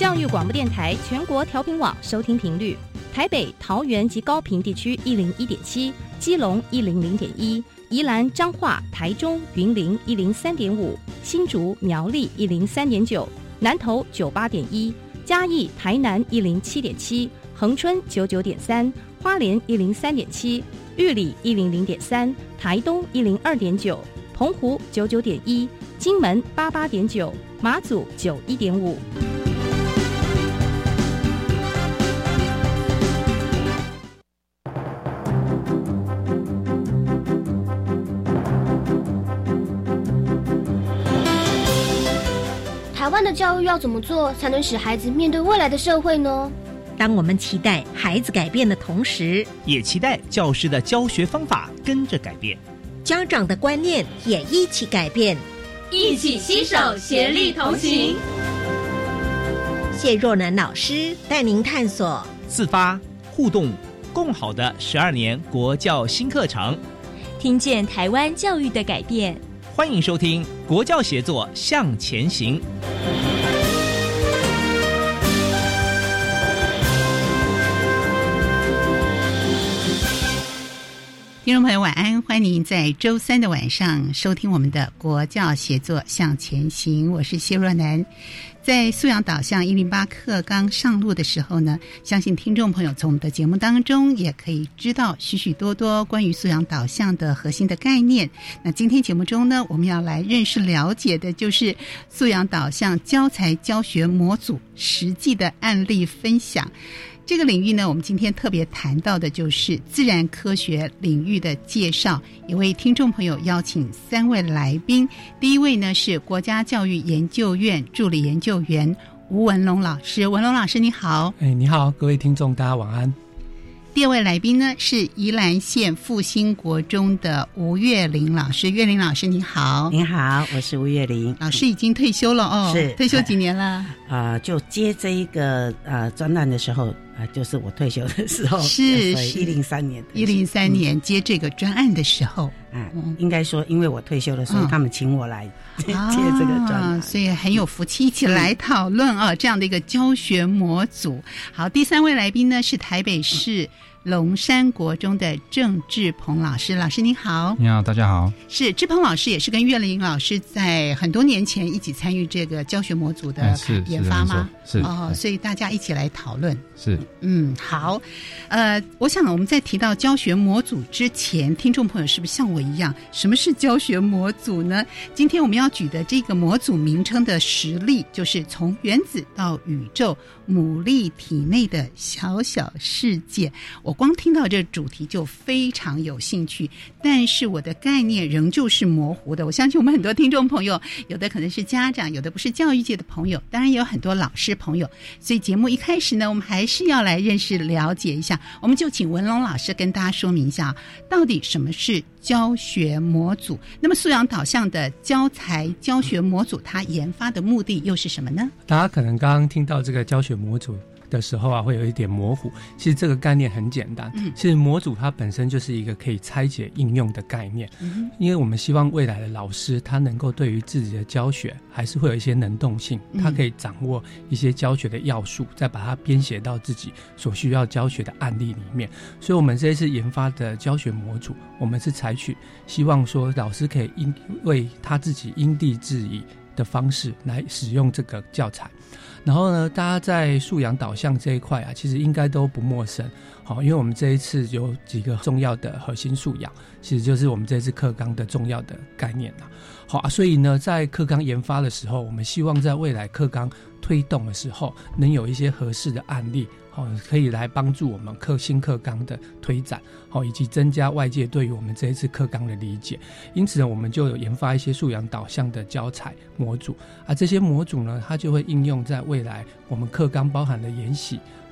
教育广播电台全国调频网收听频率：台北、桃园及高屏地区101.7，基隆100.1，宜兰、彰化、台中、云林103.5，新竹、苗栗103.9，南投98.1，嘉义、台南107.7，恒春99.3，花莲103.7，玉里100.3，台东102.9，澎湖99.1，金门88.9，马祖91.5。 台湾的教育要怎么做才能使孩子面对未来的社会呢？ 当我们期待孩子改变的同时， 也期待教师的教学方法跟着改变， 家长的观念也一起改变， 一起携手协力同行。 谢若楠老师带您探索自发、互动、共好的12年国教新课程， 听见台湾教育的改变。 欢迎收听国教协作向前行。 听众朋友晚安，欢迎您在周三的晚上收听我们的国教协作向前行，我是谢若楠。在素养导向108课刚上路的时候呢，相信听众朋友从我们的节目当中也可以知道许许多多关于素养导向的核心的概念。那今天节目中呢，我们要来认识了解的就是素养导向教材教学模组实际的案例分享。这个领域呢，我们今天特别谈到的就是自然科学领域的介绍，也为听众朋友邀请3位来宾。第一位呢是国家教育研究院助理研究员吴文龙老师，文龙老师你好。 你好，各位听众大家晚安。 第二位来宾呢是宜兰县复兴国中的吴月玲老师，月玲老师你好。 你好，我是吴月玲。 老师已经退休了哦， 是退休几年了？ 就接这一个专案的时候就是我退休的时候， 是 103年的 103年接这个专案的时候， 应该说因为我退休了，所以他们请我来接这个专案， 所以很有福气，一起来讨论这样的一个教学模组。好，第3位来宾呢是台北市龙山国中的郑志鹏老师，老师您好。 你好，大家好。 是志鹏老师也是跟岳玲老师在很多年前一起参与这个教学模组的研发吗？ 是所以大家一起来讨论。 是， 好，我想我们在提到教学模组之前，听众朋友是不是像我一样，什么是教学模组呢？今天我们要举的这个模组名称的实例，就是从原子到宇宙，牡蛎体内的小小世界。我光听到这主题就非常有兴趣，但是我的概念仍旧是模糊的。我相信我们很多听众朋友，有的可能是家长，有的不是教育界的朋友，当然也有很多老师朋友。所以节目一开始呢，我们还是要来认识了解一下，我们就请文龙老师跟大家说明一下，到底什么是教学模组。那么素养导向的教材教学模组，它研发的目的又是什么呢？ 大家可能刚刚听到这个教学模组的时候会有一点模糊。其实这个概念很简单，其实模组它本身就是一个可以拆解应用的概念，因为我们希望未来的老师他能够对于自己的教学还是会有一些能动性，他可以掌握一些教学的要素，再把它编写到自己所需要教学的案例里面。所以我们这一次研发的教学模组，我们是采取希望说老师可以为他自己因地制宜的方式来使用这个教材。然后呢，大家在素养导向这一块其实应该都不陌生。因为我们这一次有几个重要的核心素养，其实就是我们这次课纲的重要的概念所以呢，在课纲研发的时候，我们希望在未来课纲推动的时候，能有一些合适的案例，可以来帮助我们新课纲的推展，以及增加外界对于我们这一次课纲的理解。因此呢，我们就有研发一些素养导向的教材模组，这些模组呢，它就会应用在未来我们课纲包含的研习，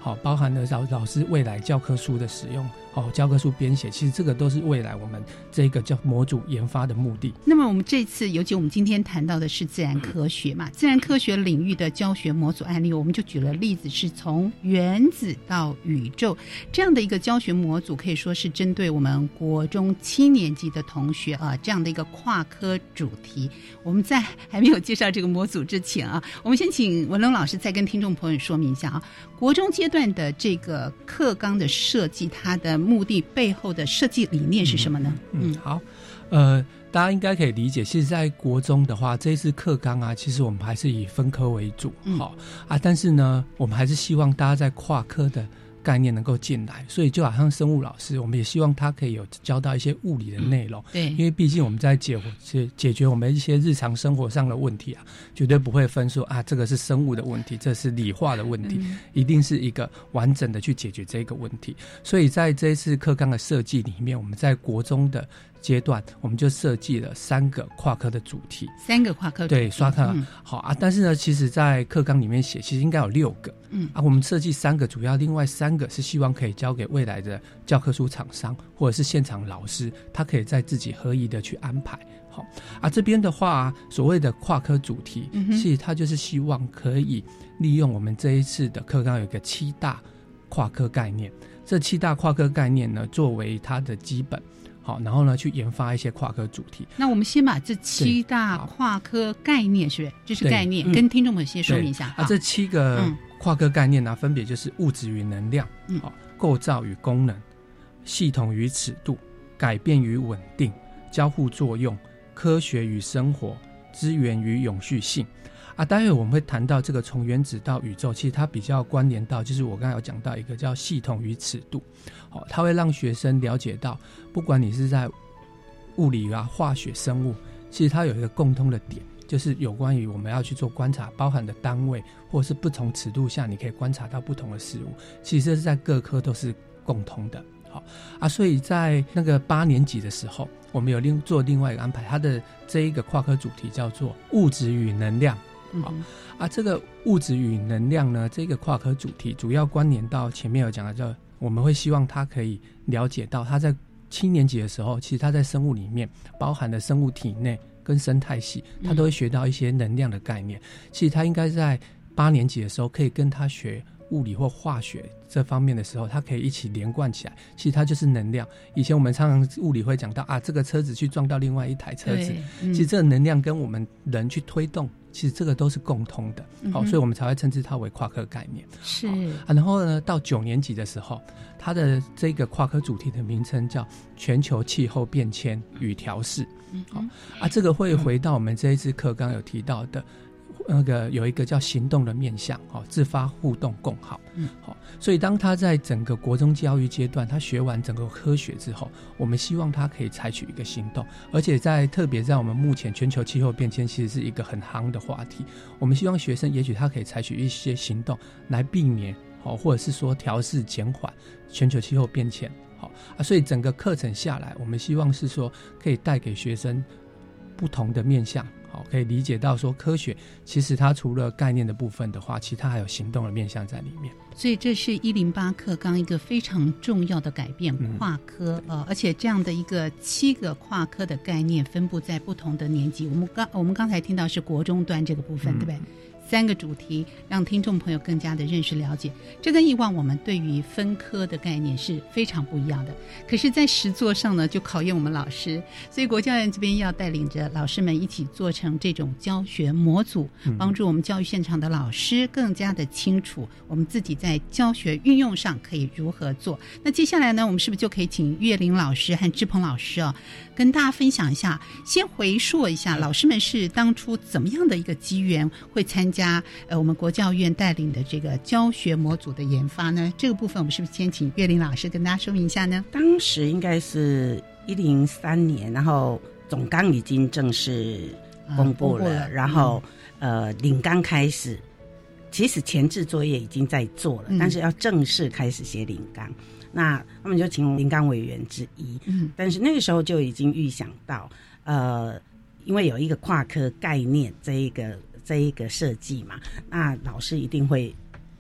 好，包含了老师未来教科书的使用，好，教科书编写，其实这个都是未来我们这个叫模组研发的目的。 那么我们这次，尤其我们今天谈到的是自然科学嘛，自然科学领域的教学模组案例，我们就举了例子，是从原子到宇宙这样的一个教学模组，可以说是针对我们国中7年级的同学啊，这样的一个跨科主题。我们在还没有介绍这个模组之前啊，我们先请文龙老师再跟听众朋友说明一下啊，国中阶段的这个课纲的设计，它的目的背后的设计理念是什么呢？ 好，大家应该可以理解，其实在国中的话，这一次课纲啊，其实我们还是以分科为主，好啊，但是呢，我们还是希望大家在跨科的概念能够进来，所以就好像生物老师，我们也希望他可以有教到一些物理的内容， 对， 因为毕竟我们在解决我们一些日常生活上的问题啊，绝对不会分说啊，这个是生物的问题，这是理化的问题，一定是一个完整的去解决这个问题。所以在这一次课纲的设计里面，我们在国中的阶段，我们就设计了3个跨科的主题 ，3个跨科主题， 对，刷科，好啊。但是呢，其实在课纲里面写，其实应该有6个，我们设计3个，主要另外3个是希望可以交给未来的教科书厂商或者是现场老师，他可以在自己合宜的去安排。好啊，这边的话，所谓的跨科主题，其实它就是希望可以利用我们这一次的课纲有一个7大跨科概念，这7大跨科概念呢，作为它的基本。好，然后呢，去研发一些跨科主题。 那我们先把这7大跨科概念，是不是？这是概念，跟听众们先说明一下。 这7个跨科概念呢，分别就是物质与能量，构造与功能，系统与尺度，改变与稳定，交互作用，科学与生活，资源与永续性。待会我们会谈到这个从原子到宇宙，其实它比较关联到，就是我刚才有讲到一个叫系统与尺度，它会让学生了解到，不管你是在物理啊、化学、生物，其实它有一个共通的点，就是有关于我们要去做观察，包含的单位或是不同尺度下，你可以观察到不同的事物，其实这是在各科都是共通的。所以在那个8年级的时候，我们有做另外一个安排，它的这一个跨科主题叫做物质与能量。这个物质与能量呢，这个跨科主题主要关联到前面有讲的，叫我们会希望他可以了解到，他在7年级的时候，其实他在生物里面包含了生物体内跟生态系，他都会学到一些能量的概念。其实他应该在8年级的时候，可以跟他学物理或化学这方面的时候，它可以一起连贯起来，其实它就是能量。以前我们常常物理会讲到这个车子去撞到另外一台车子，其实这个能量跟我们人去推动，其实这个都是共通的，所以我们才会称之它为跨科概念。 是然后呢，到9年级的时候，它的这个跨科主题的名称叫全球气候变迁与调适。这个会回到我们这一次课纲有提到的那个有一个叫行动的面向，自发互动共好。所以当他在整个国中教育阶段，他学完整个科学之后，我们希望他可以采取一个行动，而且特别在我们目前全球气候变迁其实是一个很夯的话题，我们希望学生也许他可以采取一些行动来避免或者是说调适减缓全球气候变迁。所以整个课程下来，我们希望是说可以带给学生不同的面向，可以理解到说科学其实它除了概念的部分的话，其实它还有行动的面向在里面。 所以这是108课纲一个非常重要的改变，跨科而且这样的一个7个跨科的概念分布在不同的年级。我们刚才听到是国中端这个部分，对不对？3个主题让听众朋友更加的认识了解，这跟以往我们对于分科的概念是非常不一样的。可是在实作上呢，就考验我们老师，所以国教院这边要带领着老师们一起做成这种教学模组，帮助我们教育现场的老师更加的清楚我们自己在教学运用上可以如何做。那接下来呢，我们是不是就可以请岳玲老师和志鹏老师跟大家分享一下，先回溯一下老师们是当初怎么样的一个机缘会参加我们国教院带领的这个教学模组的研发呢？这个部分我们是不是先请岳玲老师跟大家说明一下呢？ 当时应该是103年，然后总纲已经正式公布了，然后领纲开始，其实前置作业已经在做了，但是要正式开始写领纲。那他们就请领纲委员之一，但是那个时候就已经预想到，因为有一个跨科概念这一个设计嘛，那老师一定会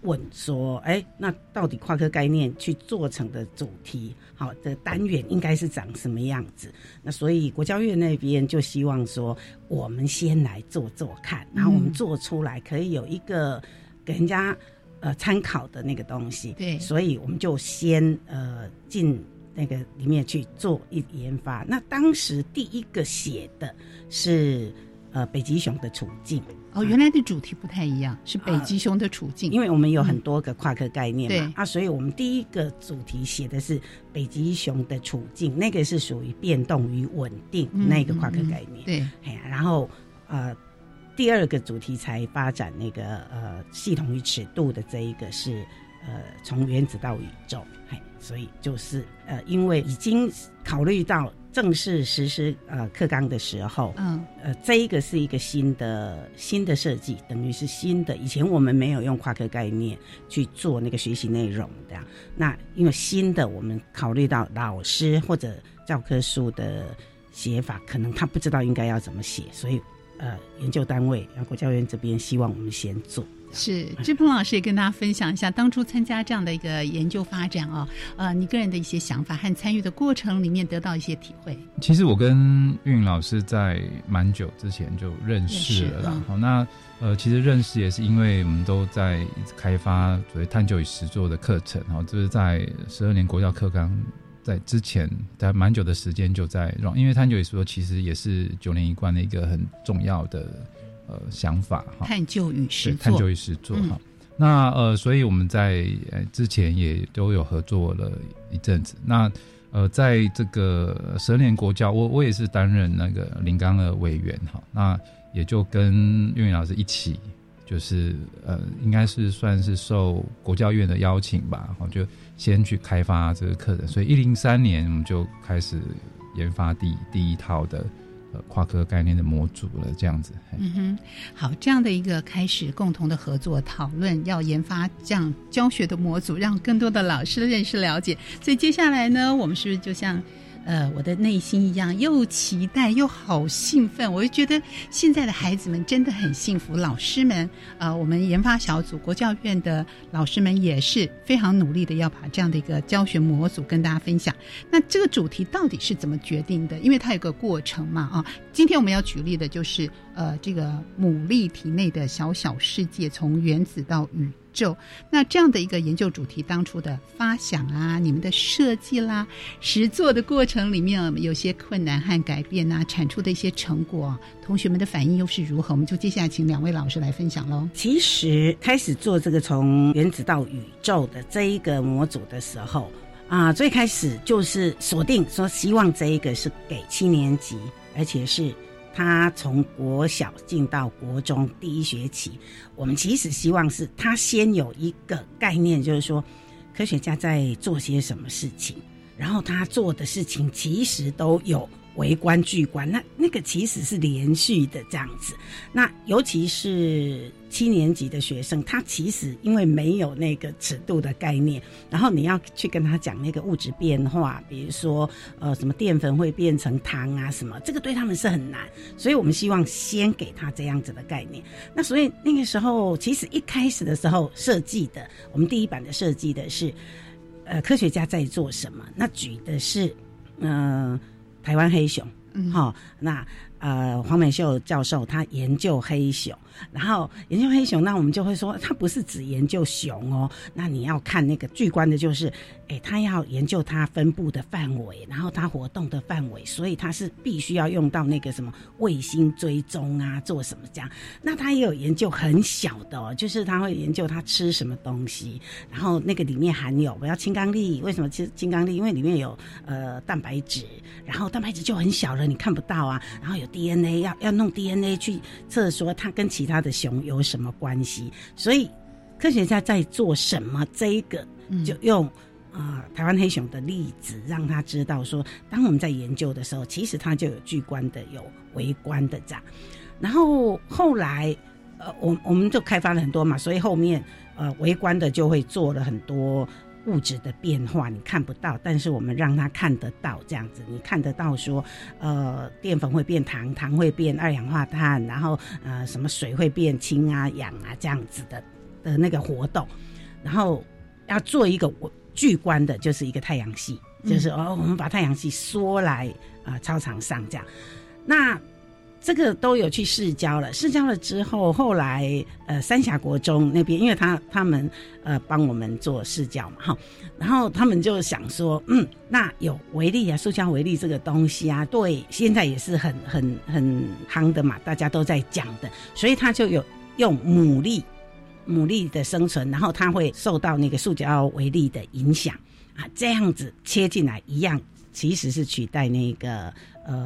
问说，那到底夸克概念去做成的主题好的单元应该是长什么样子？那所以国教院那边就希望说，我们先来做做看，然后我们做出来可以有一个给人家参考的那个东西。 对， 所以我们就先进那个里面去做研发。那当时第一个写的是北极熊的处境。 原来的主题不太一样，是北极熊的处境。 因为我们有很多个夸克概念嘛， 对所以我们第一个主题写的是北极熊的处境，那个是属于变动与稳定那个夸克概念。 对， 然后第二个主题才发展那个系统与尺度的这一个是从原子到宇宙。所以就是因为已经考虑到正式实施课纲的时候，这一个是一个新的设计，等于是新的，以前我们没有用夸克概念去做那个学习内容这样。那因为新的，我们考虑到老师或者教科书的写法，可能他不知道应该要怎么写，所以研究单位国教院这边希望我们先做。 是，志鹏老师也跟大家分享一下当初参加这样的一个研究发展你个人的一些想法和参与的过程里面得到一些体会。 其实我跟韵老师在蛮久之前就认识了啦。那其实认识也是因为我们都在开发所谓探究与实作的课程，就是在12年国教课纲在之前在蛮久的时间就在用，因为探究与实作其实也是9年一贯的一个很重要的想法。 探究与实作， 探究与实作。那所以我们在之前也都有合作了一阵子。那在这个12年国教，我也是担任那个林纲的委员那也就跟韵老师一起，就是应该是算是受国教院的邀请吧，就先去开发这个课程。所以103年我们就开始研发第一套的夸克概念的模组了，这样子。 好，这样的一个开始共同的合作讨论，要研发这样教学的模组，让更多的老师认识了解。所以接下来呢，我们是不是就像我的内心一样，又期待又好兴奋？我就觉得现在的孩子们真的很幸福，老师们我们研发小组国教院的老师们也是非常努力的要把这样的一个教学模组跟大家分享。那这个主题到底是怎么决定的？因为它有个过程嘛今天我们要举例的就是这个牡蛎体内的小小世界，从原子到宇宙。那这样的一个研究主题当初的发想你们的设计啦，实作的过程里面有些困难和改变产出的一些成果同学们的反应又是如何？我们就接下来请2位老师来分享咯。 其实开始做这个从原子到宇宙的这一个模组的时候最开始就是锁定说希望这一个是给7年级，而且是他从国小进到国中第一学期，我们其实希望是他先有一个概念，就是说科学家在做些什么事情，然后他做的事情其实都有微观巨观，那个其实是连续的这样子。那尤其是7年级的学生，他其实因为没有那个尺度的概念，然后你要去跟他讲那个物质变化，比如说什么淀粉会变成糖什么，这个对他们是很难，所以我们希望先给他这样子的概念。那所以那个时候其实一开始的时候设计的，我们第一版的设计的是科学家在做什么，那举的是台湾黑熊那黄美秀教授他研究黑熊，然后研究黑熊，那我们就会说他不是只研究熊那你要看那个巨观的，就是他要研究它分布的范围，然后它活动的范围，所以他是必须要用到那个什么卫星追踪做什么这样。那他也有研究很小的就是他会研究他吃什么东西，然后那个里面含有我要氢刚粒，为什么吃氢刚粒？因为里面有蛋白质，然后蛋白质就很小了，你看不到然后有 DNA， 要弄 DNA 去测说它跟其他的熊有什么关系，所以科学家在做什么，这一个就用台湾黑熊的例子让他知道说，当我们在研究的时候，其实它就有巨观的，有微观的这样。然后后来我们就开发了很多嘛，所以后面微观的就会做了很多物质的变化，你看不到，但是我们让它看得到，这样子你看得到说淀粉会变糖，糖会变二氧化碳，然后什么水会变氢氧这样子的的那个活动，然后要做一个巨观的，就是一个太阳系，就是我们把太阳系缩来操场上这样。那这个都有去市郊了之后，后来三峡国中那边，因为他们帮我们做市郊嘛哈，然后他们就想说，那有微粒啊，塑胶微粒这个东西啊，对，现在也是很夯的嘛，大家都在讲的，所以他就有用牡蛎的生存，然后它会受到那个塑胶微粒的影响啊，这样子切进来一样，其实是取代那个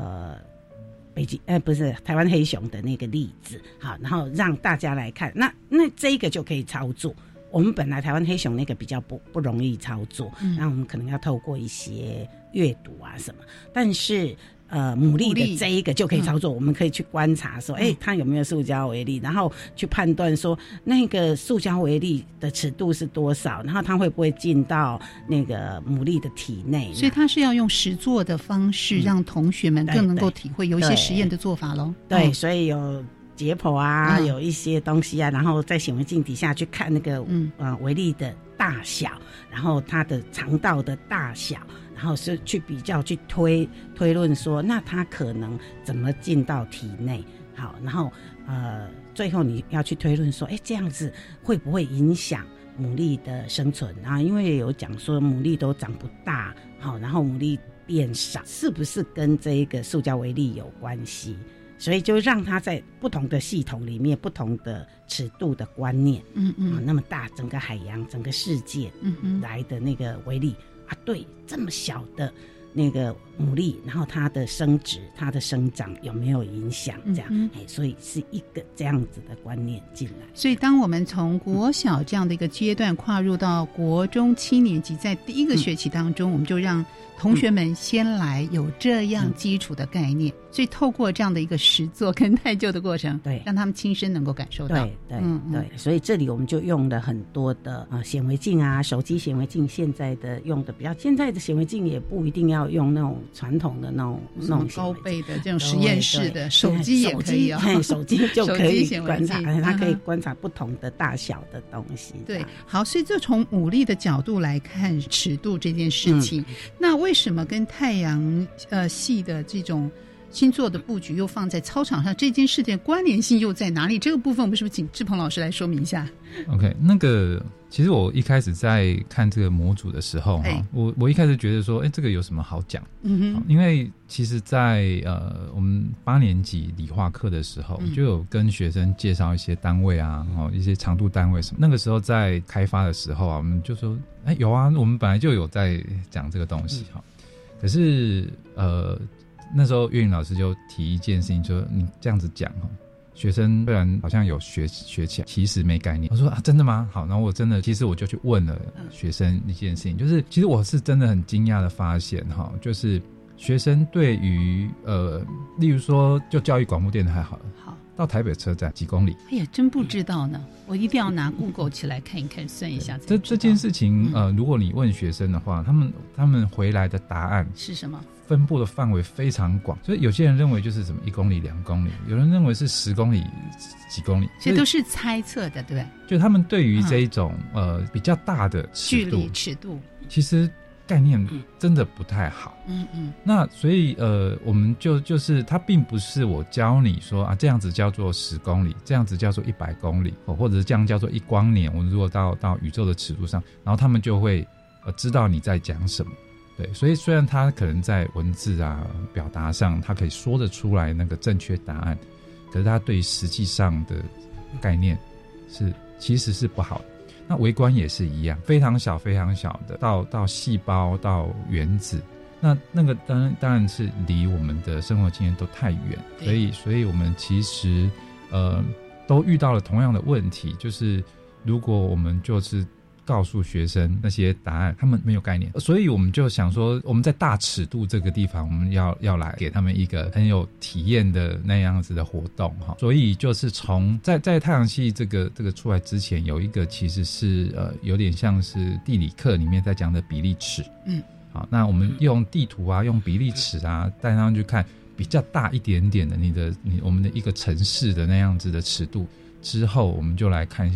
不是台湾黑熊的那个例子，好，然后让大家来看，那这个就可以操作。我们本来台湾黑熊那个比较不容易操作，那我们可能要透过一些阅读啊什么，但是牡蛎的这一个就可以操作，我们可以去观察说，它有没有塑胶微粒，然后去判断说那个塑胶微粒的尺度是多少，然后它会不会进到那个牡蛎的体内。 所以它是要用实作的方式，让同学们更能够体会，有一些实验的做法咯。 对，所以有解剖啊，有一些东西啊，然后在显微镜底下去看那个微粒的大小，然后它的肠道的大小，然后是去比较去推论说，那它可能怎么进到体内。好，然后最后你要去推论说，这样子会不会影响牡蛎的生存啊？因为有讲说牡蛎都长不大，好，然后牡蛎变少，是不是跟这一个塑胶微粒有关系？所以就让它在不同的系统里面，不同的尺度的观念，那么大整个海洋、整个世界来的那个微粒啊，对，这么小的那个牡蛎，然后它的生殖、它的生长有没有影响？这样，所以是一个这样子的观念进来。 所以，当我们从国小这样的一个阶段跨入到国中7年级，在第一个学期当中，我们就让同学们先来有这样基础的概念，所以透过这样的一个实作跟探究的过程，对，让他们亲身能够感受到。 对，所以这里我们就用了很多的显微镜啊，手机显微镜，现在的用的比较，现在的显微镜也不一定要用那种传统的那种高倍的这种实验室的，手机也可以手机就可以观察，它可以观察不同的大小的东西。 对，好，所以就从牡蛎的角度来看尺度这件事情，那为什么跟太阳系的这种星座的布局又放在操场上，这件事情关联性又在哪里？这个部分我们是不是请志鹏老师来说明一下？ OK， 那个其实我一开始在看这个模组的时候，我一开始觉得说，这个有什么好讲？因为其实在我们8年级理化课的时候，就有跟学生介绍一些单位啊，一些长度单位什么。那个时候在开发的时候啊，我们就说，有啊，我们本来就有在讲这个东西哈。可是那时候岳云老师就提一件事情，就你这样子讲学生虽然好像有学起来，其实没概念。我说真的吗？好，然后其实我就去问了学生一件事情，就是其实我是真的很惊讶的发现就是学生对于例如说就教育广播电台好了，到台北车站几公里？ 哎呀，真不知道呢，我一定要拿 Google 起来看一看，算一下。 这件事情如果你问学生的话，他们回来的答案是什么？ 分布的范围非常广，所以有些人认为就是什么1公里、2公里，有人认为是10公里、几公里， 这都是猜测的，对不对？ 就他们对于这一种比较大的距离尺度， 其实概念真的不太好。那所以我们就是它并不是我教你说这样子叫做10公里，这样子叫做100公里，或者是这样叫做1光年。我们如果到宇宙的尺度上，然后他们就会知道你在讲什么。对，所以虽然他可能在文字啊表达上，他可以说得出来那个正确答案，可是他对于实际上的概念其实是不好的。那微观也是一样，非常小非常小的，到细胞到原子，那个当然是离我们的生活经验都太远，所以我们其实都遇到了同样的问题，就是如果我们就是告诉学生那些答案，他们没有概念，所以我们就想说，我们在大尺度这个地方，我们要来给他们一个很有体验的那样子的活动哈。所以就是从在太阳系这个出来之前，有一个其实是有点像是地理课里面在讲的比例尺。好，那我们用地图啊，用比例尺啊，带上去看比较大一点点的我们的一个城市的那样子的尺度之后，我们就来看一下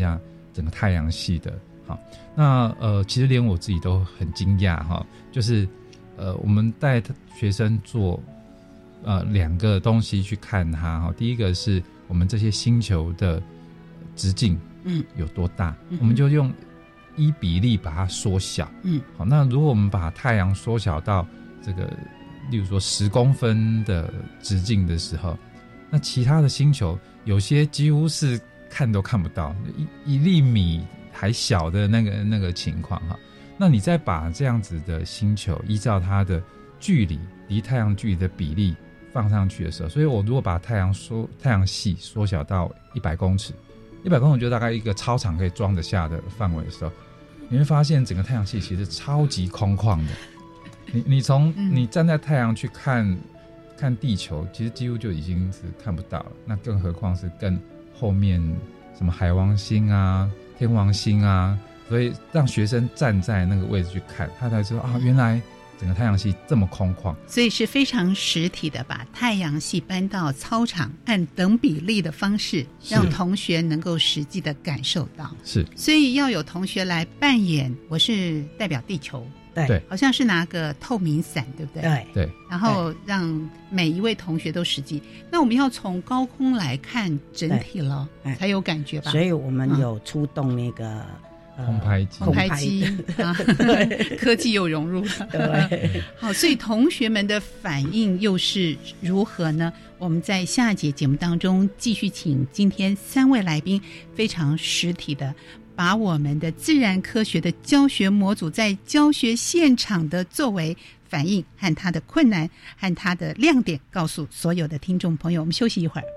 整个太阳系的。好，那其实连我自己都很惊讶哈，就是我们带学生做2个东西去看它哈。第一个是我们这些星球的直径有多大，我们就用依比例把它缩小。好，那如果我们把太阳缩小到这个例如说10公分的直径的时候，那其他的星球有些几乎是看都看不到，一粒米还小的那个情况哈。那你再把这样子的星球依照它的距离离太阳距离的比例放上去的时候，所以我如果把太阳系缩小到100公尺，100公尺就大概一个操场可以装得下的范围的时候，你会发现整个太阳系其实超级空旷的。你站在太阳去看地球，其实几乎就已经是看不到了，那更何况是更后面什么海王星啊、天王星啊，所以让学生站在那个位置去看，他才知道啊，原来整个太阳系这么空旷。 所以是非常实体的把太阳系搬到操场，按等比例的方式让同学能够实际的感受到。 是， 所以要有同学来扮演我是代表地球， 对， 好像是拿个透明伞，对不对？ 对， 然后让每一位同学都实际。那我们要从高空来看整体了，才有感觉吧？ 所以我们有出动那个空拍机啊，科技又融入了。 对， 好，所以同学们的反应又是如何呢？我们在下一节节目当中继续请今天3位来宾非常实体的把我们的自然科学的教学模组在教学现场的作为反应和它的困难和它的亮点告诉所有的听众朋友。我们休息一会儿。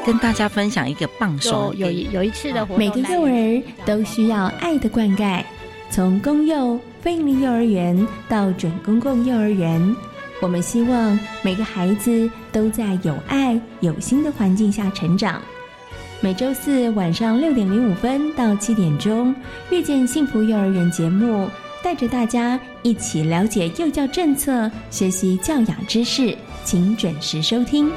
跟大家分享一个棒手有一次的活动， 每个幼儿都需要爱的灌溉，从公幼、非营利幼儿园到准公共幼儿园，我们希望每个孩子都在有爱有心的环境下成长。每周四晚上6点05分到7点钟，遇见幸福幼儿园节目，带着大家一起了解幼教政策，学习教养知识，请准时收听。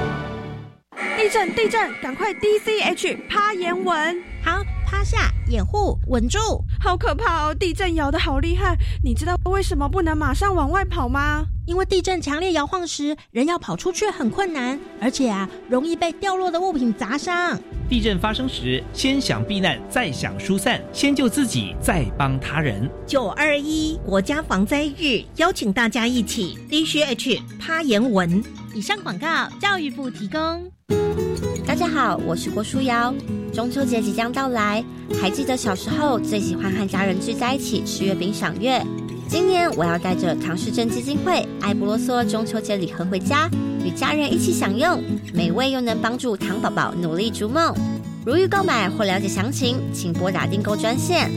地震，赶快 DCH 趴眼稳。 好，趴下，掩护，稳住。 好可怕哦，地震摇得好厉害。你知道为什么不能马上往外跑吗？ 因为地震强烈摇晃时，人要跑出去很困难，而且容易被掉落的物品砸伤。 地震发生时，先想避难，再想疏散，先救自己，再帮他人。 921国家防灾日，邀请大家一起 DCH 趴眼稳。 以上广告，教育部提供。 大家好，我是郭书瑶。中秋节即将到来，还记得小时候最喜欢和家人聚在一起吃月饼赏月。今年我要带着唐氏症基金会爱不啰嗦中秋节礼盒回家，与家人一起享用，美味又能帮助唐宝宝努力逐梦。如欲购买或了解详情，请拨打订购专线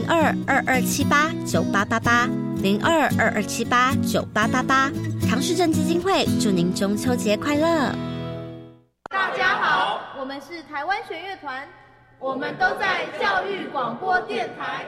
02-2278-9888，02-2278-9888。唐氏症基金会祝您中秋节快乐。 大家好，我们是台湾弦乐团，我们都在教育广播电台。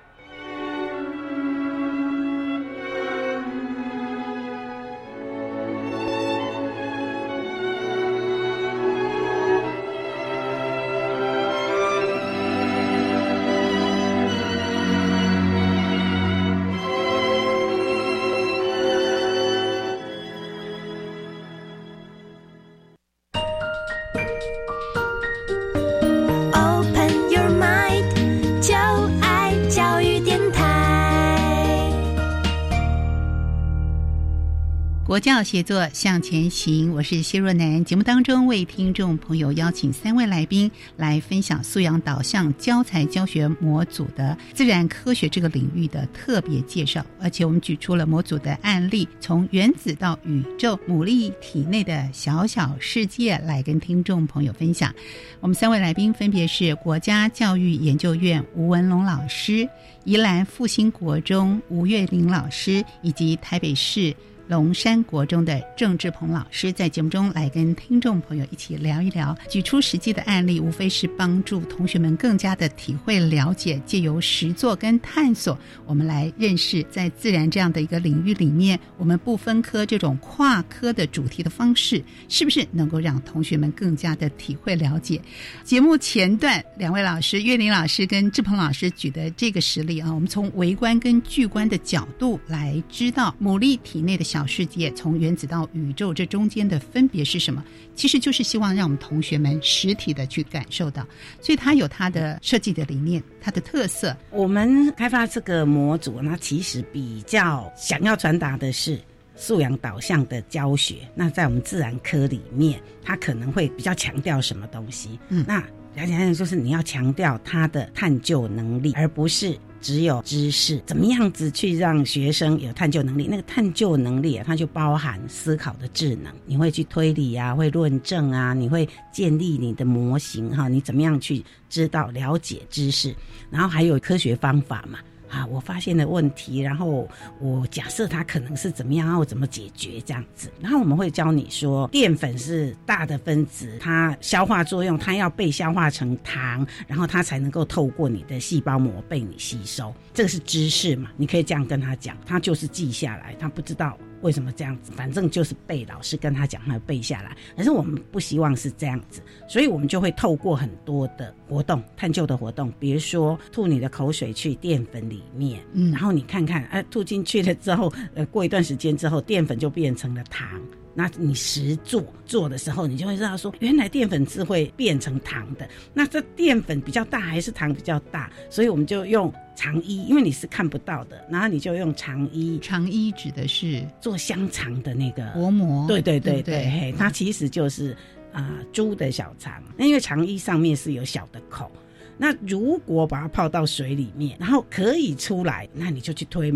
国教协作向前行，我是谢若楠。节目当中为听众朋友邀请3位来宾来分享素养导向教材教学模组的自然科学这个领域的特别介绍，而且我们举出了模组的案例，从原子到宇宙，牡蛎体内的小小世界来跟听众朋友分享。我们3位来宾分别是国家教育研究院吴文龙老师、宜兰复兴国中吴月玲老师，以及台北市龙山国中的郑志鹏老师，在节目中来跟听众朋友一起聊一聊，举出实际的案例，无非是帮助同学们更加的体会了解，借由实作跟探索，我们来认识在自然这样的一个领域里面，我们不分科这种跨科的主题的方式，是不是能够让同学们更加的体会了解。节目前段2位老师岳林老师跟志鹏老师举的这个实例我们从微观跟巨观的角度来知道牡蛎体内的小世界，从原子到宇宙，这中间的分别是什么？其实就是希望让我们同学们实体的去感受到，所以它有它的设计的理念，它的特色。 我们开发这个模组，那其实比较想要传达的是素养导向的教学。那在我们自然科里面，它可能会比较强调什么东西？那了解就是你要强调他的探究能力，而不是只有知识。怎么样子去让学生有探究能力？那个探究能力它就包含思考的智能，你会去推理会论证你会建立你的模型你怎么样去知道了解知识，然后还有科学方法嘛。我发现了问题，然后我假设它可能是怎么样，然后我怎么解决这样子。然后我们会教你说，淀粉是大的分子，它消化作用，它要被消化成糖，然后它才能够透过你的细胞膜被你吸收。这个是知识嘛，你可以这样跟他讲，他就是记下来，他不知道为什么这样子，反正就是背，老师跟他讲他背下来。可是我们不希望是这样子，所以我们就会透过很多的活动，探究的活动，比如说吐你的口水去淀粉里面，然后你看看吐进去了之后过一段时间之后，淀粉就变成了糖。那你实做的时候，你就会知道说，原来淀粉是会变成糖的。那这淀粉比较大还是糖比较大？所以我们就用肠衣，因为你是看不到的，然后你就用肠衣。 肠衣指的是做香肠的那个薄膜。 对对对对，它其实就是猪的小肠。那因为肠衣上面是有小的口，那如果把它泡到水里面，然后可以出来，那你就去推嘛。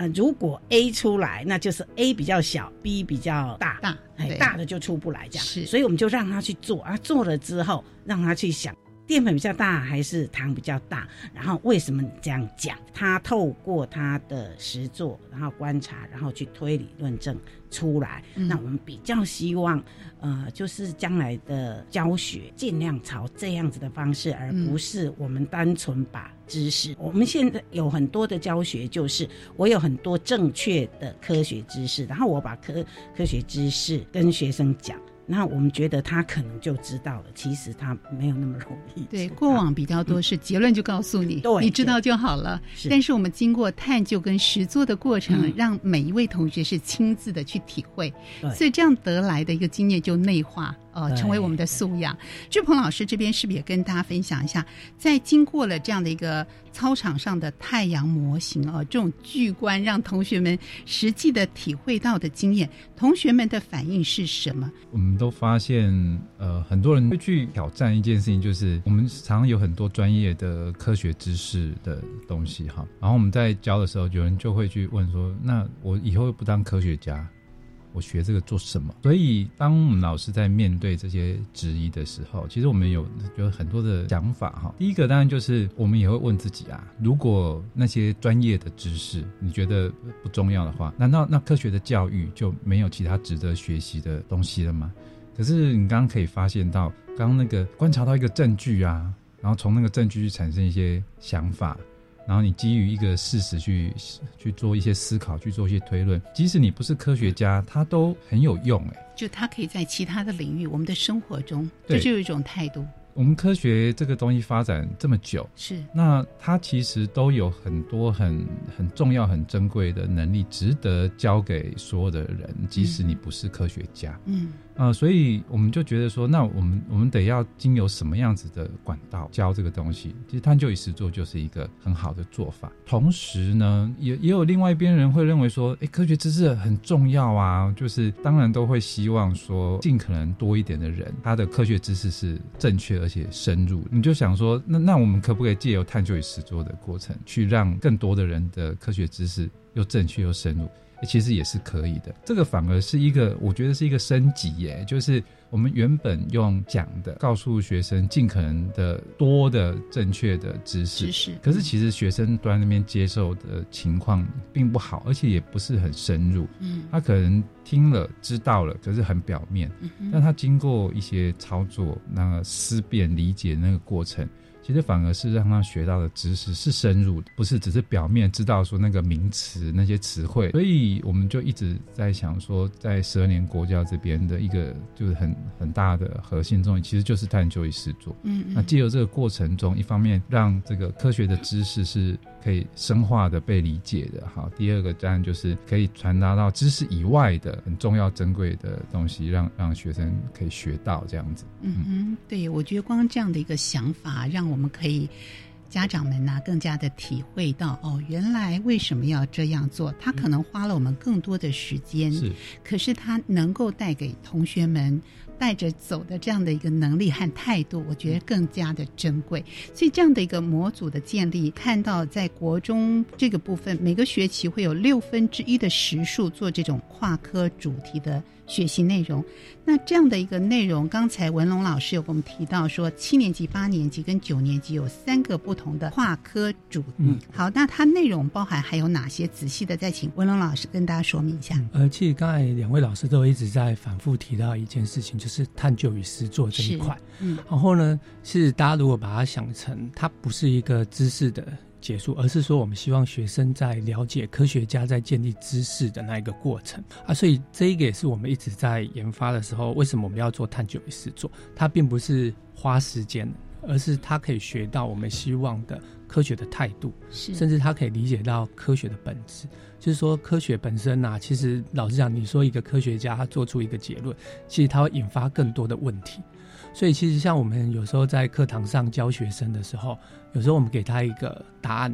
如果 A 出来，那就是 A 比较小 ，B 比较大，大的就出不来这样。所以我们就让他去做啊，做了之后让他去想。淀粉比较大还是糖比较大？然后为什么这样讲？他透过他的实作，然后观察，然后去推理论证出来。那我们比较希望，就是将来的教学尽量朝这样子的方式，而不是我们单纯把知识。我们现在有很多的教学，就是我有很多正确的科学知识，然后我把科学知识跟学生讲。那我们觉得他可能就知道了，其实他没有那么容易。 对，过往比较多是结论就告诉你，你知道就好了。但是我们经过探究跟实作的过程，让每一位同学是亲自的去体会，所以这样得来的一个经验就内化。成为我们的素养。志鹏老师这边是不是也跟大家分享一下，在经过了这样的一个操场上的太阳模型这种巨观让同学们实际的体会到的经验，同学们的反应是什么？ 我们都发现很多人会去挑战一件事情，就是我们常常有很多专业的科学知识的东西哈，然后我们在教的时候，有人就会去问说，那我以后不当科学家，我学这个做什么？所以当我们老师在面对这些质疑的时候，其实我们有很多的想法哈。第一个当然就是我们也会问自己啊，如果那些专业的知识你觉得不重要的话，难道那科学的教育就没有其他值得学习的东西了吗？可是你刚刚可以发现到，刚刚那个观察到一个证据啊，然后从那个证据去产生一些想法，然后你基于一个事实去做一些思考，去做一些推论，即使你不是科学家，它都很有用就它可以在其他的领域，我们的生活中，这就有一种态度。 我们科学这个东西发展这么久， 是那它其实都有很多很重要很珍贵的能力，值得教给所有的人，即使你不是科学家。所以我们就觉得说，那我们得要经由什么样子的管道教这个东西？其实探究与实作就是一个很好的做法。同时呢，也有另外一边人会认为说，科学知识很重要啊，就是当然都会希望说，尽可能多一点的人，他的科学知识是正确而且深入。你就想说，那我们可不可以借由探究与实作的过程，去让更多的人的科学知识又正确又深入？其实也是可以的，这个反而是一个，我觉得是一个升级耶，就是我们原本用讲的告诉学生尽可能的多的正确的知识，可是其实学生端那边接受的情况并不好，而且也不是很深入。他可能听了知道了，可是很表面，但他经过一些操作，那个思辨理解那个过程，其实反而是让他学到的知识是深入的，不是只是表面知道说那个名词那些词汇。所以我们就一直在想说，在12年国教这边的一个就是很大的核心重点，其实就是探究与实作。那藉由这个过程中，一方面让这个科学的知识是可以深化的被理解的，好，第二个当然就是可以传达到知识以外的很重要珍贵的东西，让学生可以学到这样子。 对，我觉得光这样的一个想法，让我们可以家长们更加的体会到原来为什么要这样做，他可能花了我们更多的时间，可是他能够带给同学们带着走的这样的一个能力和态度，我觉得更加的珍贵。所以这样的一个模组的建立，看到在国中这个部分，每个学期会有1/6的时数做这种跨科主题的学习内容。那这样的一个内容，刚才文龙老师有跟我们提到说7年级、8年级跟9年级有3个不同的跨科主题。好，那它内容包含还有哪些？仔细的再请文龙老师跟大家说明一下。 其实刚才2位老师都一直在反复提到一件事情，就是探究与实作这一块。然后呢，是大家如果把它想成它不是一个知识的结束，而是说我们希望学生在了解科学家在建立知识的那一个过程所以这一个也是我们一直在研发的时候，为什么我们要做探究与实作，它并不是花时间，而是它可以学到我们希望的科学的态度，甚至它可以理解到科学的本质。就是说科学本身其实老实讲，你说一个科学家他做出一个结论，其实他会引发更多的问题。所以其实像我们有时候在课堂上教学生的时候，有时候我们给他一个答案的，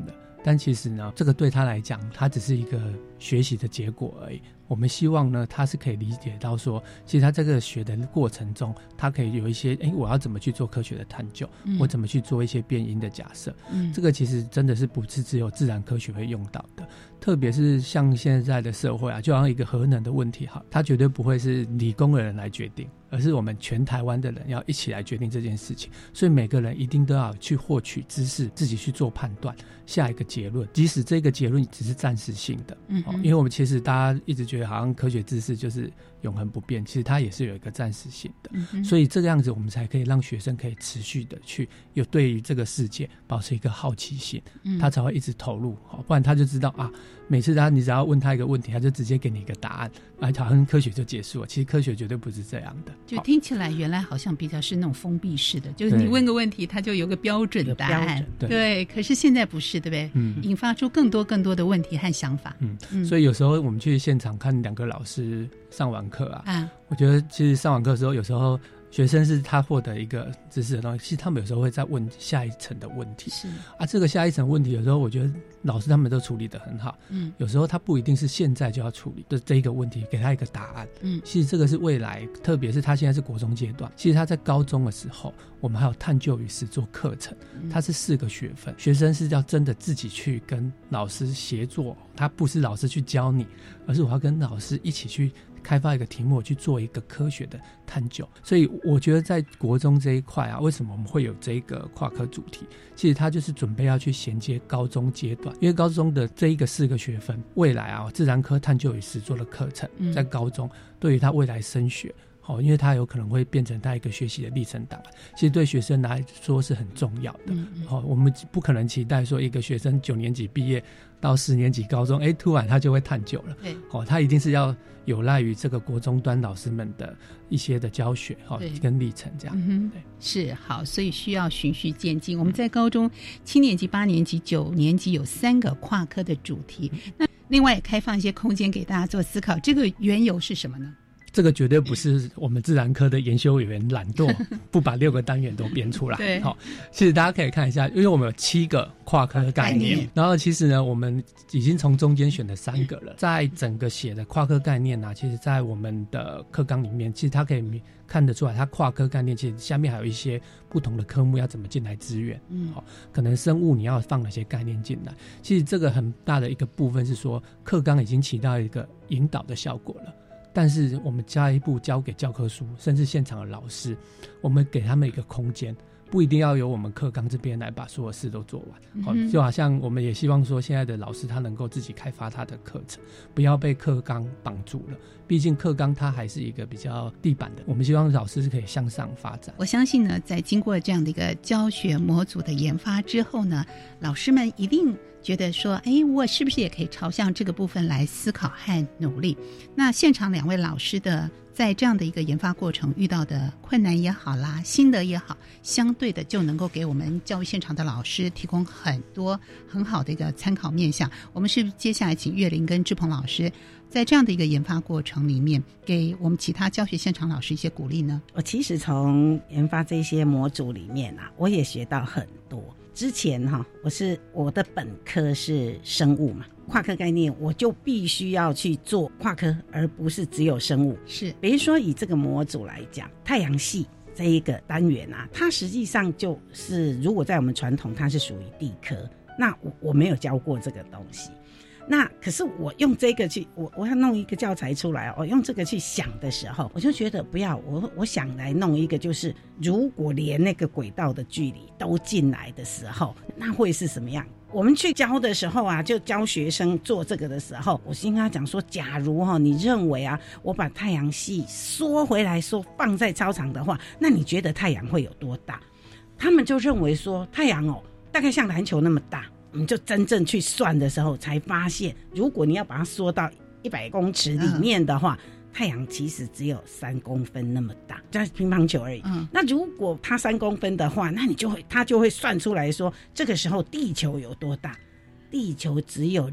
但其实呢，这个对他来讲，他只是一个学习的结果而已。我们希望呢，他是可以理解到说，其实他这个学的过程中，他可以有一些，我要怎么去做科学的探究，我怎么去做一些变因的假设，这个其实真的是不是只有自然科学会用到的。特别是像现在的社会啊，就好像一个核能的问题，它绝对不会是理工的人来决定，而是我们全台湾的人要一起来决定这件事情。所以每个人一定都要去获取知识，自己去做判断，下一个结论，即使这个结论只是暂时性的。因为我们其实大家一直觉得好像科学知识就是永恒不变，其实它也是有一个暂时性的。所以这个样子我们才可以让学生可以持续的去有对于这个世界保持一个好奇心，他才会一直投入，不然他就知道啊，每次你只要问他一个问题，他就直接给你一个答案，好像科学就结束了。其实科学绝对不是这样的， 就听起来原来好像比较是那种封闭式的，就是你问个问题他就有个标准的答案。对，可是现在不是，对不对？引发出更多的问题和想法。 所以有时候我们去现场看两个老师上完课啊，我觉得其实上完课的时候，有时候学生是他获得一个知识的东西，其实他们有时候会再问下一层的问题。是啊，这个下一层问题有时候我觉得老师他们都处理得很好。有时候他不一定是现在就要处理的这一个问题，给他一个答案。其实这个是未来，特别是他现在是国中阶段，其实他在高中的时候，我们还有探究与实作课程，它是4个学分，学生是要真的自己去跟老师协作，他不是老师去教你，而是我要跟老师一起去开发一个题目，去做一个科学的探究。所以我觉得在国中这一块啊，为什么我们会有这个跨科主题，其实它就是准备要去衔接高中阶段，因为高中的这一个4个学分，未来啊自然科探究与实作的课程，在高中对于他未来升学，因为他有可能会变成他一个学习的历程档案，其实对学生来说是很重要的。我们不可能期待说一个学生9年级毕业到10年级高中，突然他就会探究了。他一定是要有赖于这个国中端老师们的一些的教学跟历程这样。 是好，所以需要循序渐进。我们在高中7年级、8年级、9年级有3个跨科的主题，那另外也开放一些空间给大家做思考，这个缘由是什么呢？ 这个绝对不是我们自然科的研修员懒惰不把6个单元都编出来。对，其实大家可以看一下，因为我们有7个跨科概念，然后其实呢，我们已经从中间选了3个了。在整个写的跨科概念啊，其实在我们的课纲里面，其实它可以看得出来，它跨科概念其实下面还有一些不同的科目要怎么进来支援。可能生物你要放哪些概念进来，其实这个很大的一个部分是说，课纲已经起到一个引导的效果了。但是我们下一步交给教科书，甚至现场的老师，我们给他们一个空间，不一定要由我们课纲这边来把所有事都做完。就好像我们也希望说，现在的老师他能够自己开发他的课程，不要被课纲绑住了。毕竟课纲它还是一个比较地板的，我们希望老师是可以向上发展。 我相信呢，在经过这样的一个教学模组的研发之后呢，老师们一定觉得说，我是不是也可以朝向这个部分来思考和努力。那现场2位老师的在这样的一个研发过程遇到的困难也好啦，心得也好，相对的就能够给我们教育现场的老师提供很多很好的一个参考面向。我们是不是接下来请岳林跟志鹏老师在这样的一个研发过程里面，给我们其他教学现场老师一些鼓励呢？ 我其实从研发这些模组里面啊，我也学到很多。之前我的本科是生物嘛，跨科概念我就必须要去做跨科，而不是只有生物。 是， 比如说以这个模组来讲，太阳系这一个单元啊，它实际上就是如果在我们传统它是属于地科，那我没有教过这个东西。那可是我用这个去，我要弄一个教材出来，我用这个去想的时候，我就觉得不要，我想来弄一个，就是如果连那个轨道的距离都进来的时候，那会是什么样？我们去教的时候啊，就教学生做这个的时候，我先跟他讲说，假如你认为啊，我把太阳系缩回来说放在操场的话，那你觉得太阳会有多大？他们就认为说，太阳大概像篮球那么大。我们就真正去算的时候才发现，如果你要把它缩到100公尺里面的话，太阳其实只有3公分那么大，就是乒乓球而已。那如果它3公分的话，那它就会算出来说，这个时候地球有多大？ 地球只有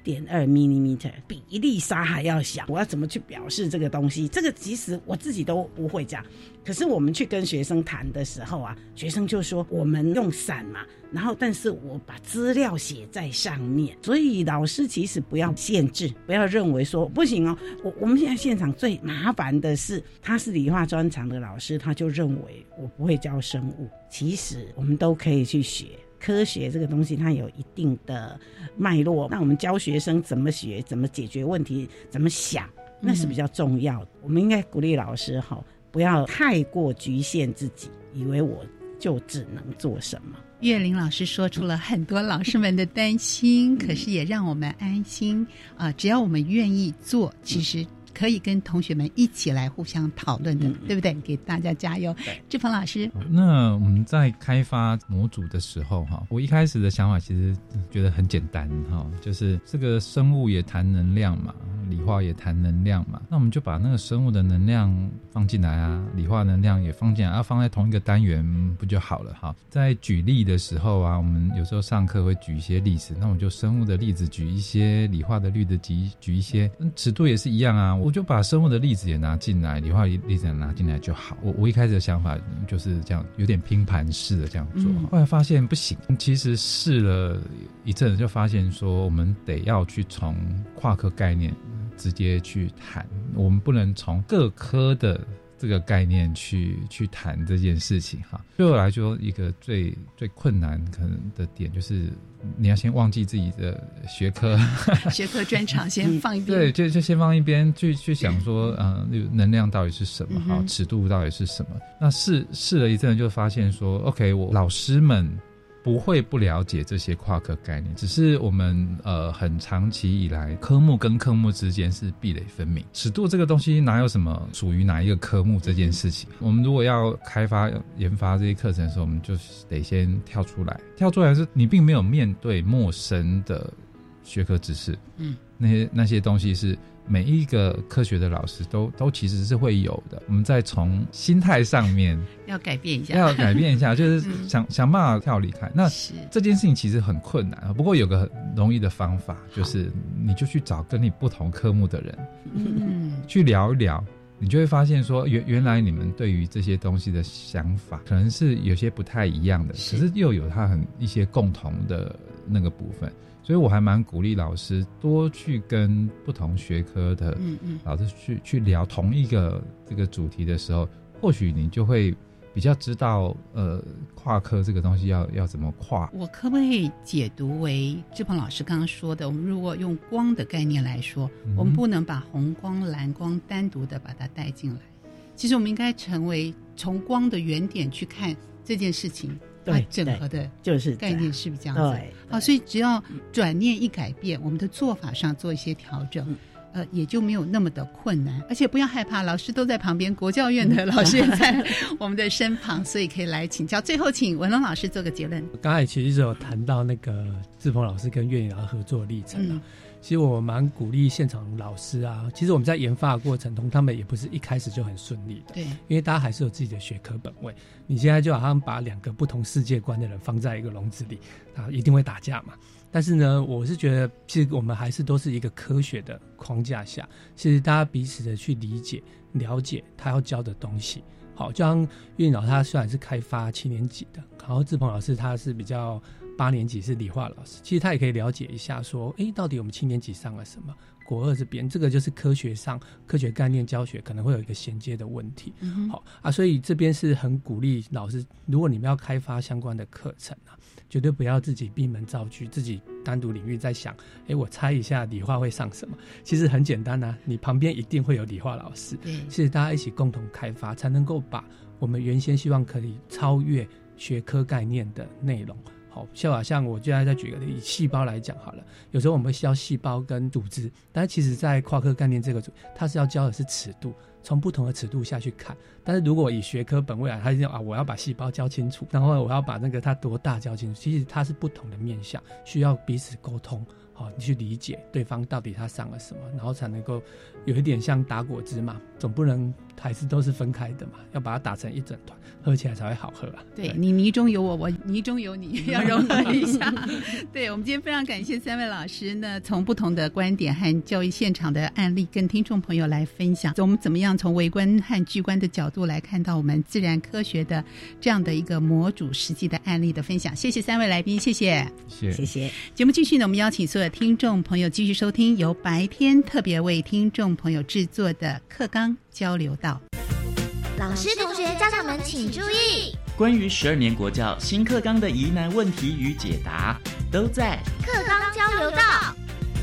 0.2mm， 比一粒沙还要小，我要怎么去表示这个东西？这个其实我自己都不会讲。可是我们去跟学生谈的时候啊，学生就说我们用伞嘛，然后但是我把资料写在上面。所以老师其实不要限制，不要认为说不行哦。我们现在现场最麻烦的是，他是理化专长的老师，他就认为我不会教生物。其实我们都可以去学。科学这个东西它有一定的脉络，那我们教学生怎么学，怎么解决问题，怎么想，那是比较重要的。我们应该鼓励老师不要太过局限自己，以为我就只能做什么。 岳玲老师说出了很多老师们的担心，可是也让我们安心只要我们愿意做，其实可以跟同学们一起来互相讨论的，对不对？给大家加油。志鹏老师， 那我们在开发模组的时候我一开始的想法其实觉得很简单就是这个生物也谈能量嘛，理化也谈能量嘛，那我们就把那个生物的能量放进来啊，理化能量也放进来放在同一个单元不就好了在举例的时候啊，我们有时候上课会举一些例子，那我就生物的例子举一些，理化的例子举一些，尺度也是一样啊，我就把生物的例子也拿进来，理化例子也拿进来就好。我一开始的想法就是这样，有点拼盘式的这样做，后来发现不行，其实试了一阵子就发现说，我们得要去从跨科概念直接去谈，我们不能从各科的这个概念去谈这件事情对我来说一个最困难可能的点就是你要先忘记自己的学科专长先放一边对，就先放一边去想说能量到底是什么尺度到底是什么。那试了一阵就发现说 OK， 我老师们不会不了解这些跨科概念，只是我们很长期以来科目跟科目之间是壁垒分明，尺度这个东西哪有什么属于哪一个科目这件事情。我们如果要开发研发这些课程的时候，我们就得先跳出来是你并没有面对陌生的学科知识，那些东西是每一个科学的老师都其实是会有的，我们再从心态上面要改变一下就是想办法跳离开。那这件事情其实很困难，不过有个很容易的方法，就是你就去找跟你不同科目的人去聊一聊，你就会发现说原来你们对于这些东西的想法可能是有些不太一样的，可是又有它一些共同的那个部分。所以我还蛮鼓励老师多去跟不同学科的老师去聊同一个这个主题的时候，或许你就会比较知道跨科这个东西要怎么跨。 我可不可以解读为志鹏老师刚刚说的，我们如果用光的概念来说，我们不能把红光蓝光单独的把它带进来，其实我们应该成为从光的原点去看这件事情，对整合的就是概念是不是这样子？好，所以只要转念一改变，我们的做法上做一些调整，也就没有那么的困难。而且不要害怕，老师都在旁边，国教院的老师也在我们的身旁，所以可以来请教。最后请文龙老师做个结论。 刚才其实有谈到那个志鹏老师跟岳颖老师合作的历程其实我蛮鼓励现场老师啊，其实我们在研发的过程中，他们也不是一开始就很顺利的，对，因为大家还是有自己的学科本位。你现在就好像把两个不同世界观的人放在一个笼子里，一定会打架嘛。但是呢，我是觉得其实我们还是都是一个科学的框架下，其实大家彼此的去理解了解他要教的东西。好，就像岳颖老师他虽然是开发7年级的，然后志鹏老师他是比较8年级是理化老师，其实他也可以了解一下说到底我们7年级上了什么，国2这边这个就是科学上科学概念教学可能会有一个衔接的问题。好所以这边是很鼓励老师，如果你们要开发相关的课程绝对不要自己闭门造车，自己单独领域在想我猜一下理化会上什么，其实很简单你旁边一定会有理化老师，其实大家一起共同开发，才能够把我们原先希望可以超越学科概念的内容。好，像我现在再举个例，以细胞来讲好了，有时候我们会教细胞跟组织，但是其实在跨科概念这个组，它是要教的是尺度，从不同的尺度下去看。但是如果以学科本位来，它是我要把细胞教清楚，然后我要把那个它多大教清楚，其实它是不同的面向，需要彼此沟通。好，你去理解对方到底他上了什么，然后才能够有一点像打果汁嘛，总不能还是都是分开的嘛，要把它打成一整团，喝起来才会好喝啊。 对，你泥中有我，我泥中有你，要融合一下。对，我们今天非常感谢3位老师呢，从不同的观点和教育现场的案例跟听众朋友来分享，我们怎么样从微观和巨观的角度来看到我们自然科学的这样的一个模组实际的案例的分享。谢谢3位来宾，谢谢。 谢谢。 节目继续呢，我们邀请所有听众朋友继续收听由白天特别为听众朋友制作的课纲交流道。 老师、同学、家长们请注意， 关于12年国教新课纲的疑难问题与解答，都在课纲交流道。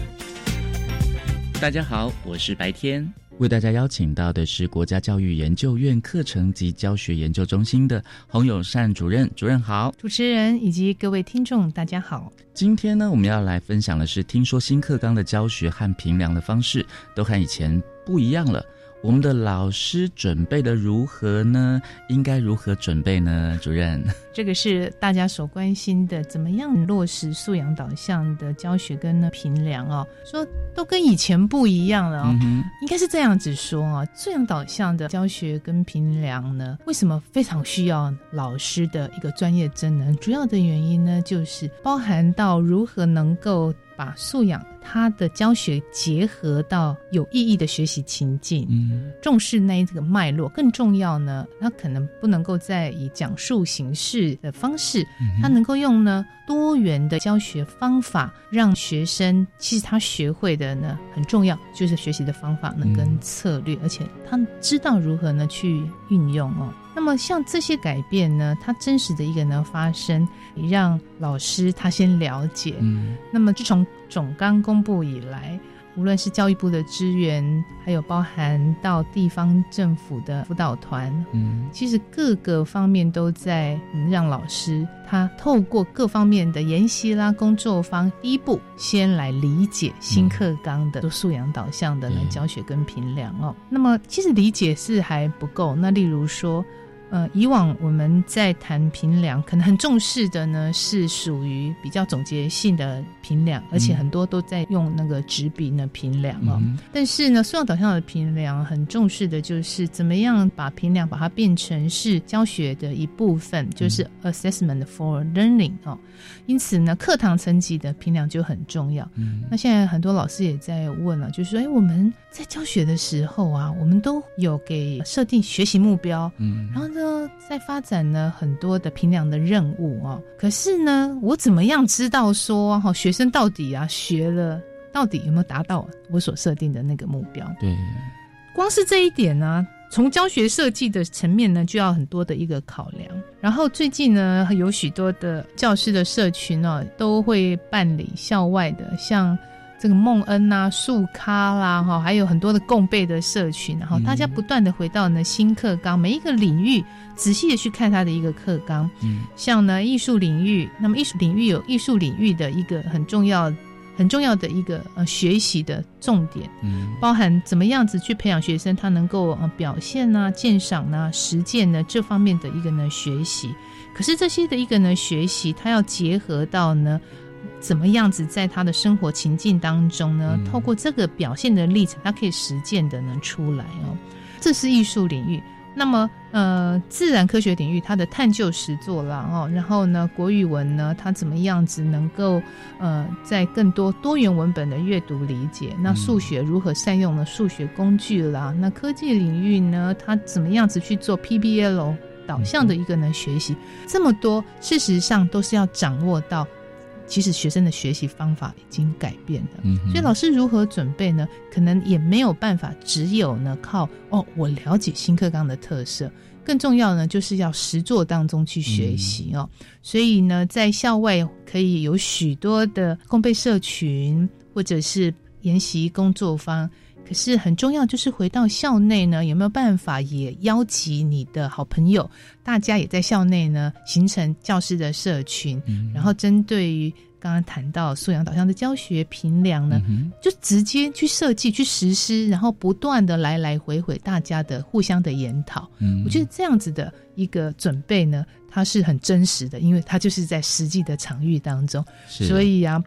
大家好，我是白天，为大家邀请到的是国家教育研究院课程及教学研究中心的洪友善主任。主任好。 主持人以及各位听众大家好。 今天呢，我们要来分享的是，听说新课纲的教学和评量的方式都和以前不一样了，我们的老师准备的如何呢？应该如何准备呢？主任， 这个是大家所关心的，怎么样落实素养导向的教学跟评量哦？说都跟以前不一样了哦。应该是这样子说哦，素养导向的教学跟评量呢，为什么非常需要老师的一个专业真能？主要的原因呢，就是包含到如何能够把素养它的教学结合到有意义的学习情境，重视那一个脉络。更重要呢，它可能不能够再以讲述形式的方式，它能够用呢多元的教学方法，让学生其实他学会的呢很重要，就是学习的方法呢跟策略，而且他知道如何呢去运用哦。那么像这些改变呢，它真实的一个呢发生，让老师他先了解。那么自从总纲公布以来，无论是教育部的支援，还有包含到地方政府的辅导团，其实各个方面都在让老师他透过各方面的研习啦、工作坊，第一步先来理解新课纲的素养导向的教学跟评量哦。那么其实理解是还不够，那例如说以往我们在谈评量，可能很重视的呢是属于比较总结性的评量，而且很多都在用那个纸笔呢评量哦。但是呢，素养导向的评量很重视的就是怎么样把评量把它变成是教学的一部分，就是 assessment for learning 哦。因此呢，课堂层级的评量就很重要。那现在很多老师也在问了，就是说，我们在教学的时候啊，我们都有给设定学习目标，然后呢，在发展呢很多的评量的任务哦。可是呢，我怎么样知道说学生到底学了，到底有没有达到我所设定的那个目标？对，光是这一点呢，从教学设计的层面呢，就要很多的一个考量。然后最近呢，有许多的教师的社群都会办理校外的，像这个梦恩啊、树咖啦，还有很多的共备的社群，然后大家不断的回到呢新课纲，每一个领域仔细的去看它的一个课纲。像呢艺术领域，那么艺术领域有艺术领域的一个很重要的一个学习的重点，包含怎么样子去培养学生他能够表现啊、鉴赏啊、实践呢这方面的一个呢学习。可是这些的一个呢学习，它要结合到呢怎么样子在他的生活情境当中呢，透过这个表现的历程，他可以实践的呢出来哦。这是艺术领域。那么自然科学领域它的探究实作啦哦，然后呢国语文呢它怎么样子能够在更多元文本的阅读理解，那数学如何善用了数学工具啦，那科技领域呢它怎么样子去做 PBL 导向的一个呢学习，这么多事实上都是要掌握到其实学生的学习方法已经改变了，所以老师如何准备呢？可能也没有办法只有呢靠我了解新课纲的特色，更重要呢就是要实作当中去学习哦。所以呢在校外可以有许多的共备社群或者是研习工作坊，可是很重要就是回到校内呢，有没有办法也邀集你的好朋友，大家也在校内呢形成教师的社群，然后针对于刚刚谈到素养导向的教学评量呢，就直接去设计去实施，然后不断的来回大家的互相的研讨。我觉得这样子的一个准备呢，它是很真实的，因为它就是在实际的场域当中，所以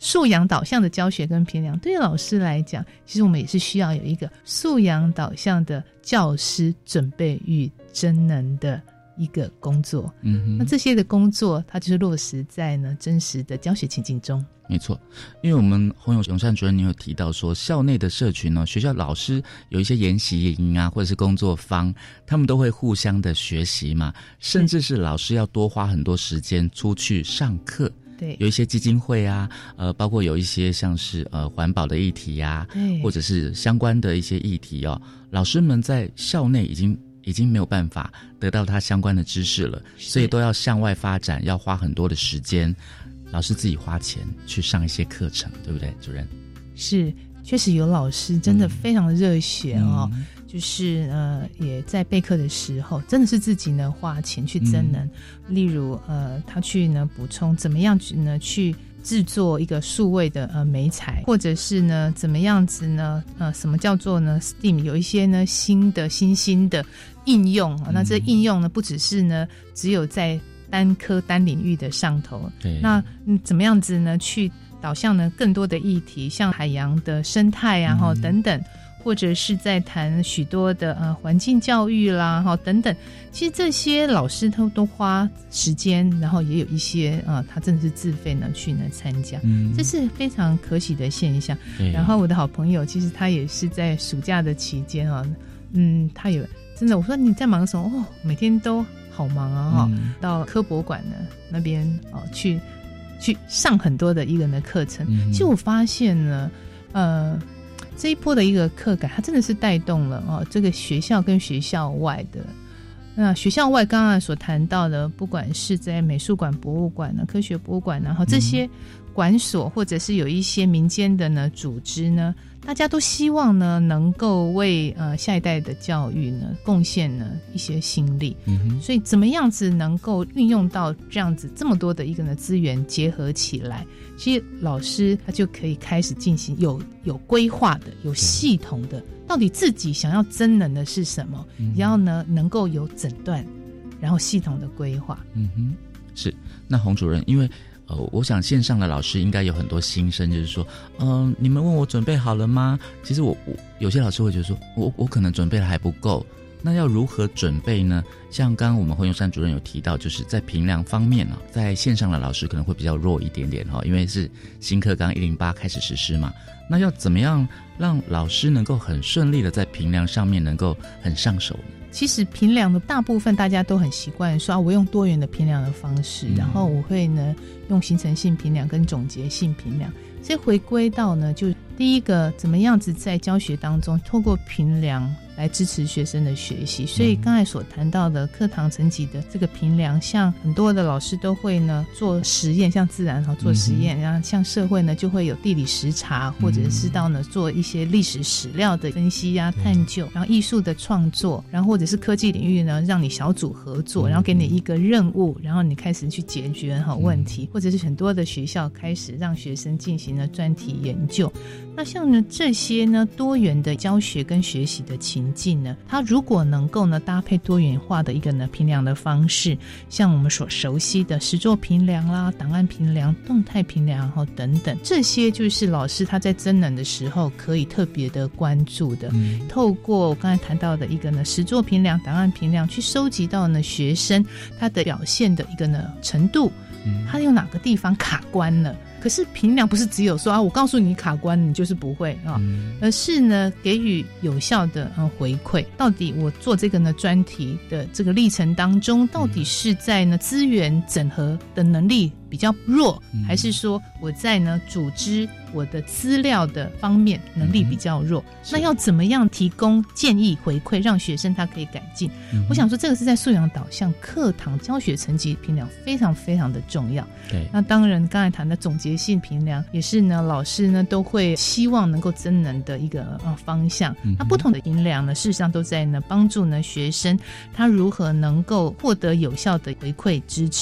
素养导向的教学跟评量，对于老师来讲，其实我们也是需要有一个素养导向的教师准备与真能的一个工作。那这些的工作它就是落实在呢真实的教学情境中。 没错，因为我们洪永善主任你有提到说，校内的社群呢，学校老师有一些研习营啊，或者是工作坊，他们都会互相的学习嘛，甚至是老师要多花很多时间出去上课。 对， 有一些基金会啊，包括有一些像是环保的议题啊，或者是相关的一些议题哦，老师们在校内已经没有办法得到他相关的知识了，所以都要向外发展，要花很多的时间，老师自己花钱去上一些课程，对不对，主任？ 是，确实有老师真的非常热血哦。就是也在备课的时候，真的是自己呢花钱去增能，例如他去呢补充怎么样子呢去制作一个数位的媒材，或者是呢怎么样子呢什么叫做呢 STEAM 有一些呢新兴的应用那这应用呢不只是呢只有在单科单领域的上头，对，那怎么样子呢去导向呢更多的议题，像海洋的生态啊等等，或者是在谈许多的环境教育啦等等，其实这些老师都花时间，然后也有一些他真的是自费呢去呢参加，这是非常可喜的现象。然后我的好朋友其实他也是在暑假的期间他有真的我说你在忙什么每天都好忙啊到科博馆呢那边去上很多的一个呢课程。其实我发现呢这一波的一个课改，它真的是带动了这个学校跟学校外的。那学校外刚刚所谈到的，不管是在美术馆、博物馆呢、科学博物馆，然后这些馆所，或者是有一些民间的呢组织呢，大家都希望呢能够为下一代的教育呢贡献呢一些心力。所以怎么样子能够运用到这样子这么多的一个呢资源结合起来，其实老师他就可以开始进行有规划的、有系统的，到底自己想要增能的是什么，也要呢能够有诊断，然后系统的规划。 是。那洪主任，因为我想线上的老师应该有很多心声，就是说你们问我准备好了吗？其实我有些老师会觉得说我可能准备的还不够，那要如何准备呢？像刚刚我们洪永善主任有提到，就是在评量方面在线上的老师可能会比较弱一点点因为是新课纲108开始实施嘛，那要怎么样让老师能够很顺利的在评量上面能够很上手呢？ 其实评量的大部分大家都很习惯说我用多元的评量的方式，然后我会呢用形成性评量跟总结性评量，所以回归到呢就第一个怎么样子在教学当中透过评量来支持学生的学习。所以刚才所谈到的课堂层级的这个评量，像很多的老师都会呢做实验，像自然做实验，然后像社会呢就会有地理实查，或者是到呢做一些历史史料的分析探究，然后艺术的创作，然后或者是科技领域呢让你小组合作，然后给你一个任务，然后你开始去解决问题，或者是很多的学校开始让学生进行了专题研究。那像呢这些呢多元的教学跟学习的情境呢，它如果能够呢搭配多元化的一个呢评量的方式，像我们所熟悉的实作评量啦、档案评量、动态评量等等，这些就是老师他在增能的时候可以特别的关注的。透过我刚才谈到的一个呢实作评量、档案评量，去收集到呢学生他的表现的一个呢程度，他有哪个地方卡关了。可是评量不是只有说我告诉你卡关你就是不会而是呢给予有效的回馈，到底我做这个呢专题的这个历程当中，到底是在呢资源整合的能力比较弱，还是说我在呢组织我的资料的方面能力比较弱，那要怎么样提供建议回馈，让学生他可以改进。我想说这个是在素养导向课堂教学层级评量非常非常的重要。对，那当然刚才谈的总结性评量也是呢老师呢都会希望能够增能的一个方向。那不同的评量呢事实上都在呢帮助呢学生他如何能够获得有效的回馈支持，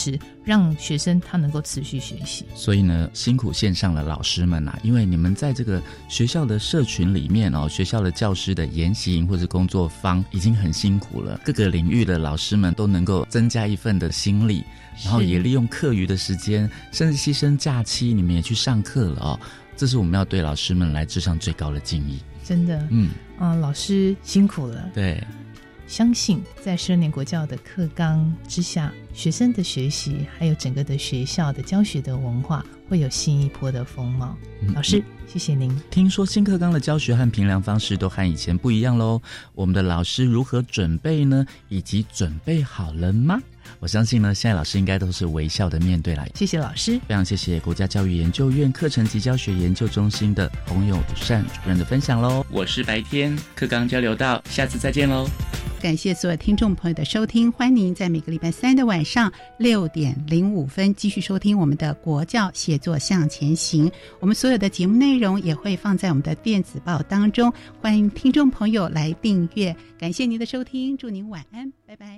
让学生他能够持续学习。 所以呢，辛苦线上的老师们啊，因为你们在这个学校的社群里面哦，学校的教师的研习营或者工作坊已经很辛苦了，各个领域的老师们都能够增加一份的心力，然后也利用课余的时间，甚至牺牲假期，你们也去上课了哦。这是我们要对老师们来致上最高的敬意。 真的，老师辛苦了。 对。 相信在12年国教的课纲之下，学生的学习还有整个的学校的教学的文化会有新一波的风貌。老师，谢谢您。 听说新课纲的教学和评量方式都和以前不一样咯，我们的老师如何准备呢？以及准备好了吗？我相信呢，现在老师应该都是微笑的面对来。 谢谢老师， 非常谢谢国家教育研究院课程及教学研究中心的洪友善主任的分享咯。我是白天课纲交流道，下次再见咯。 感谢所有听众朋友的收听，欢迎您在每个礼拜三的晚上6点05分继续收听我们的国教协作向前行。我们所有的节目内容也会放在我们的电子报当中，欢迎听众朋友来订阅。感谢您的收听，祝您晚安，拜拜。